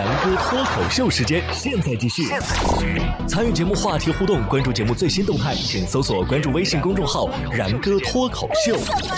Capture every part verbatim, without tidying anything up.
然哥脱口秀时间，现在继续。参与节目话题互动，关注节目最新动态，请搜索关注微信公众号“然哥脱口秀”。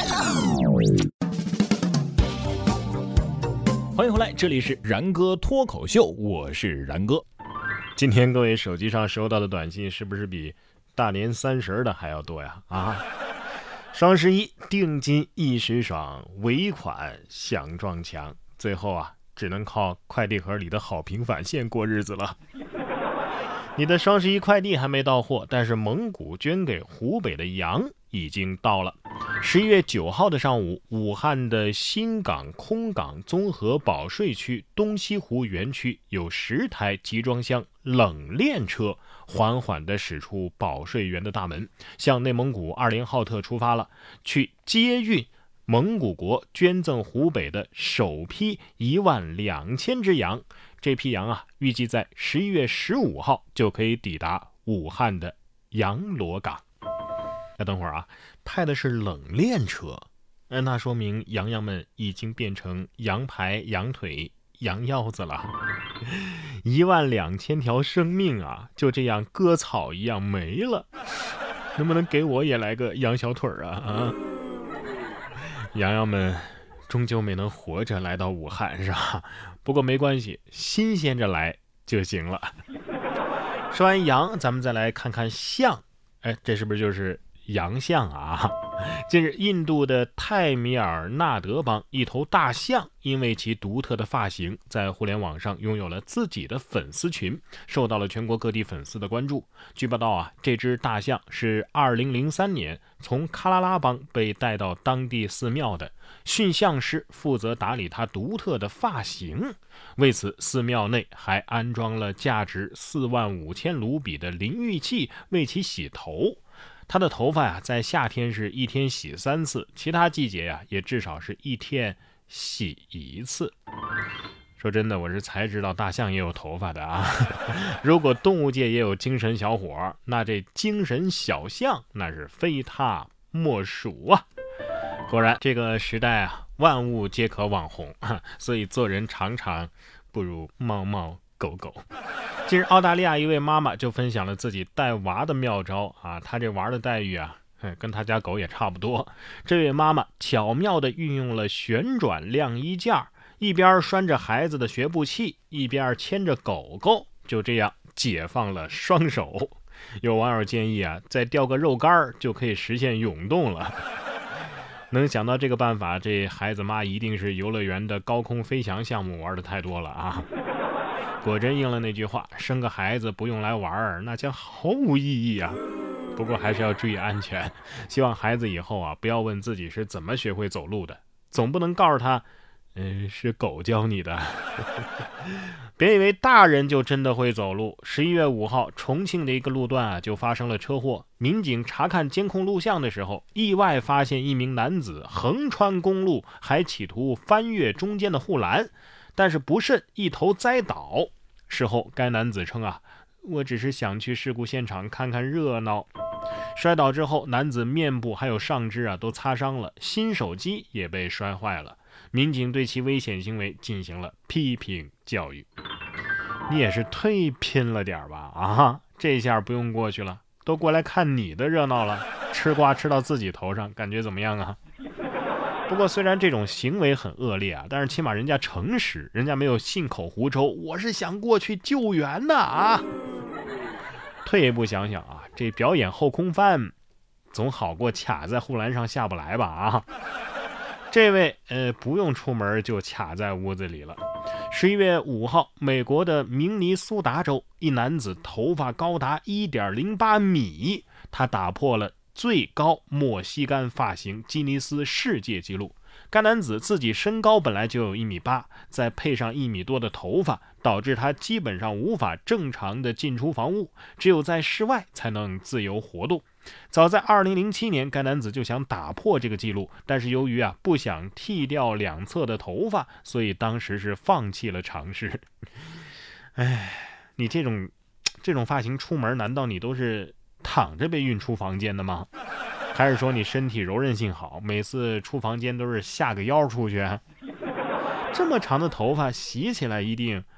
欢迎回来，这里是然哥脱口秀，我是然哥。今天各位手机上收到的短信是不是比大年三十的还要多呀？啊！双十一定金一时爽，尾款想撞墙，最后啊，只能靠快递盒里的好平返现过日子了。你的双十一快递还没到货，但是蒙古捐给湖北的羊已经到了。十一月九号的上午，武汉的新港空港综合保税区东西湖园区有十台集装箱冷链车缓缓地驶出保税园的大门，向内蒙古二连浩特出发了，去接运蒙古国捐赠湖北的首批一万两千只羊。这批羊啊，预计在十一月十五号就可以抵达武汉的羊螺港。那等会儿啊，派的是冷链车，那说明羊羊们已经变成羊排、羊腿、羊腰子了。一万两千条生命啊，就这样割草一样没了。能不能给我也来个羊小腿啊？啊！羊羊们终究没能活着来到武汉，是吧？不过没关系，新鲜着来就行了。说完羊，咱们再来看看象。哎，这是不是就是洋象啊？近日，印度的泰米尔纳德邦一头大象因为其独特的发型，在互联网上拥有了自己的粉丝群，受到了全国各地粉丝的关注。据报道啊，这只大象是二零零三年从喀拉拉邦被带到当地寺庙的，驯象师负责打理它独特的发型。为此，寺庙内还安装了价值四万五千卢比的淋浴器为其洗头。他的头发呀、啊，在夏天是一天洗三次，其他季节呀、啊，也至少是一天洗一次。说真的，我是才知道大象也有头发的啊！如果动物界也有精神小伙，那这精神小象那是非他莫属啊！果然，这个时代啊，万物皆可网红，所以做人常常不如猫猫狗狗。近日，澳大利亚一位妈妈就分享了自己带娃的妙招啊，她这娃的待遇啊，跟她家狗也差不多。这位妈妈巧妙地运用了旋转晾衣架，一边拴着孩子的学步器，一边牵着狗狗，就这样解放了双手。有网友建议啊，再吊个肉干就可以实现涌动了。能想到这个办法，这孩子妈一定是游乐园的高空飞翔项目玩的太多了啊！果真应了那句话，生个孩子不用来玩，那将毫无意义啊。不过还是要注意安全，希望孩子以后啊，不要问自己是怎么学会走路的，总不能告诉他嗯，是狗教你的。别以为大人就真的会走路。十一月五号，重庆的一个路段啊，就发生了车祸。民警查看监控录像的时候，意外发现一名男子横穿公路，还企图翻越中间的护栏，但是不慎一头栽倒。事后，该男子称啊，我只是想去事故现场看看热闹。摔倒之后，男子面部还有上肢啊都擦伤了，新手机也被摔坏了。民警对其危险行为进行了批评教育。你也是忒拼了点吧啊！这下不用过去了，都过来看你的热闹了，吃瓜吃到自己头上，感觉怎么样啊？不过虽然这种行为很恶劣啊，但是起码人家诚实，人家没有信口胡诌，我是想过去救援的啊。退一步想想啊，这表演后空翻总好过卡在护栏上下不来吧啊。这位呃不用出门就卡在屋子里了。十一月五号，美国的明尼苏达州一男子头发高达 一点零八米，他打破了最高莫西干发型吉尼斯世界纪录。该男子自己身高本来就有一米八，再配上一米多的头发，导致他基本上无法正常的进出房屋，只有在室外才能自由活动。早在二零零七年，该男子就想打破这个记录，但是由于啊不想剃掉两侧的头发，所以当时是放弃了尝试。哎，你这种这种发型出门，难道你都是躺着被运出房间的吗？还是说你身体柔韧性好，每次出房间都是下个腰出去？这么长的头发洗起来一定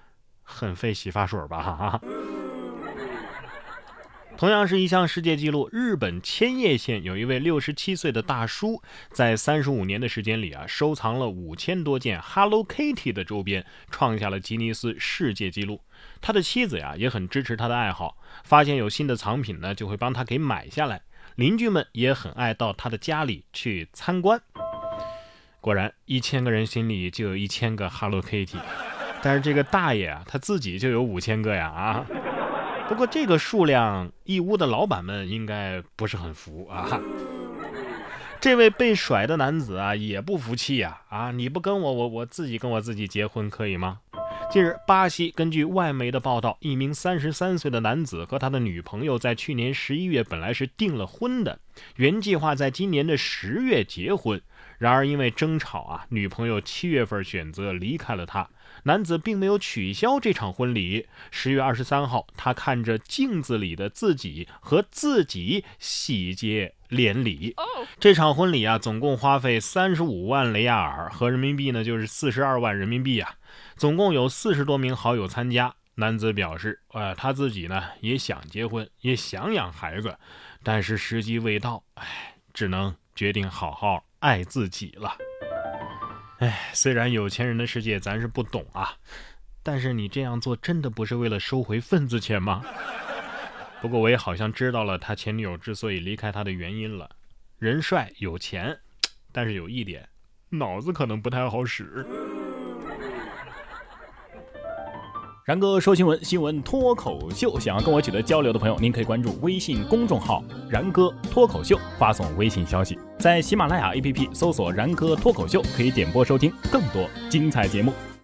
很费洗发水吧哈。同样是一项世界纪录，日本千叶县有一位六十七岁的大叔，在三十五年的时间里啊，收藏了五千多件 Hello Kitty 的周边，创下了吉尼斯世界纪录。他的妻子呀也很支持他的爱好，发现有新的藏品呢，就会帮他给买下来。邻居们也很爱到他的家里去参观。果然，一千个人心里就有一千个 Hello Kitty， 但是这个大爷啊，他自己就有五千个呀啊！不过这个数量，义乌的老板们应该不是很服啊。这位被甩的男子啊，也不服气呀！啊，你不跟我，我我自己跟我自己结婚可以吗？近日，巴西根据外媒的报道，一名三十三岁的男子和他的女朋友在去年十一月本来是订了婚的，原计划在今年的十月结婚。然而因为争吵啊，女朋友七月份选择离开了他。男子并没有取消这场婚礼。十月二十三号，他看着镜子里的自己和自己喜结连理。这场婚礼啊，总共花费三十五万雷亚尔，合人民币呢就是四十二万人民币啊。总共有四十多名好友参加。男子表示，呃，他自己呢也想结婚，也想养孩子，但是时机未到，哎，只能决定好好爱自己了。哎，虽然有钱人的世界咱是不懂啊，但是你这样做真的不是为了收回份子钱吗？不过我也好像知道了他前女友之所以离开他的原因了。人帅有钱，但是有一点，脑子可能不太好使。 然哥说新闻，新闻脱口秀。想要跟我取得交流的朋友，您可以关注微信公众号然哥脱口秀，发送微信消息。在喜马拉雅 A P P 搜索然哥脱口秀，可以点播收听更多精彩节目。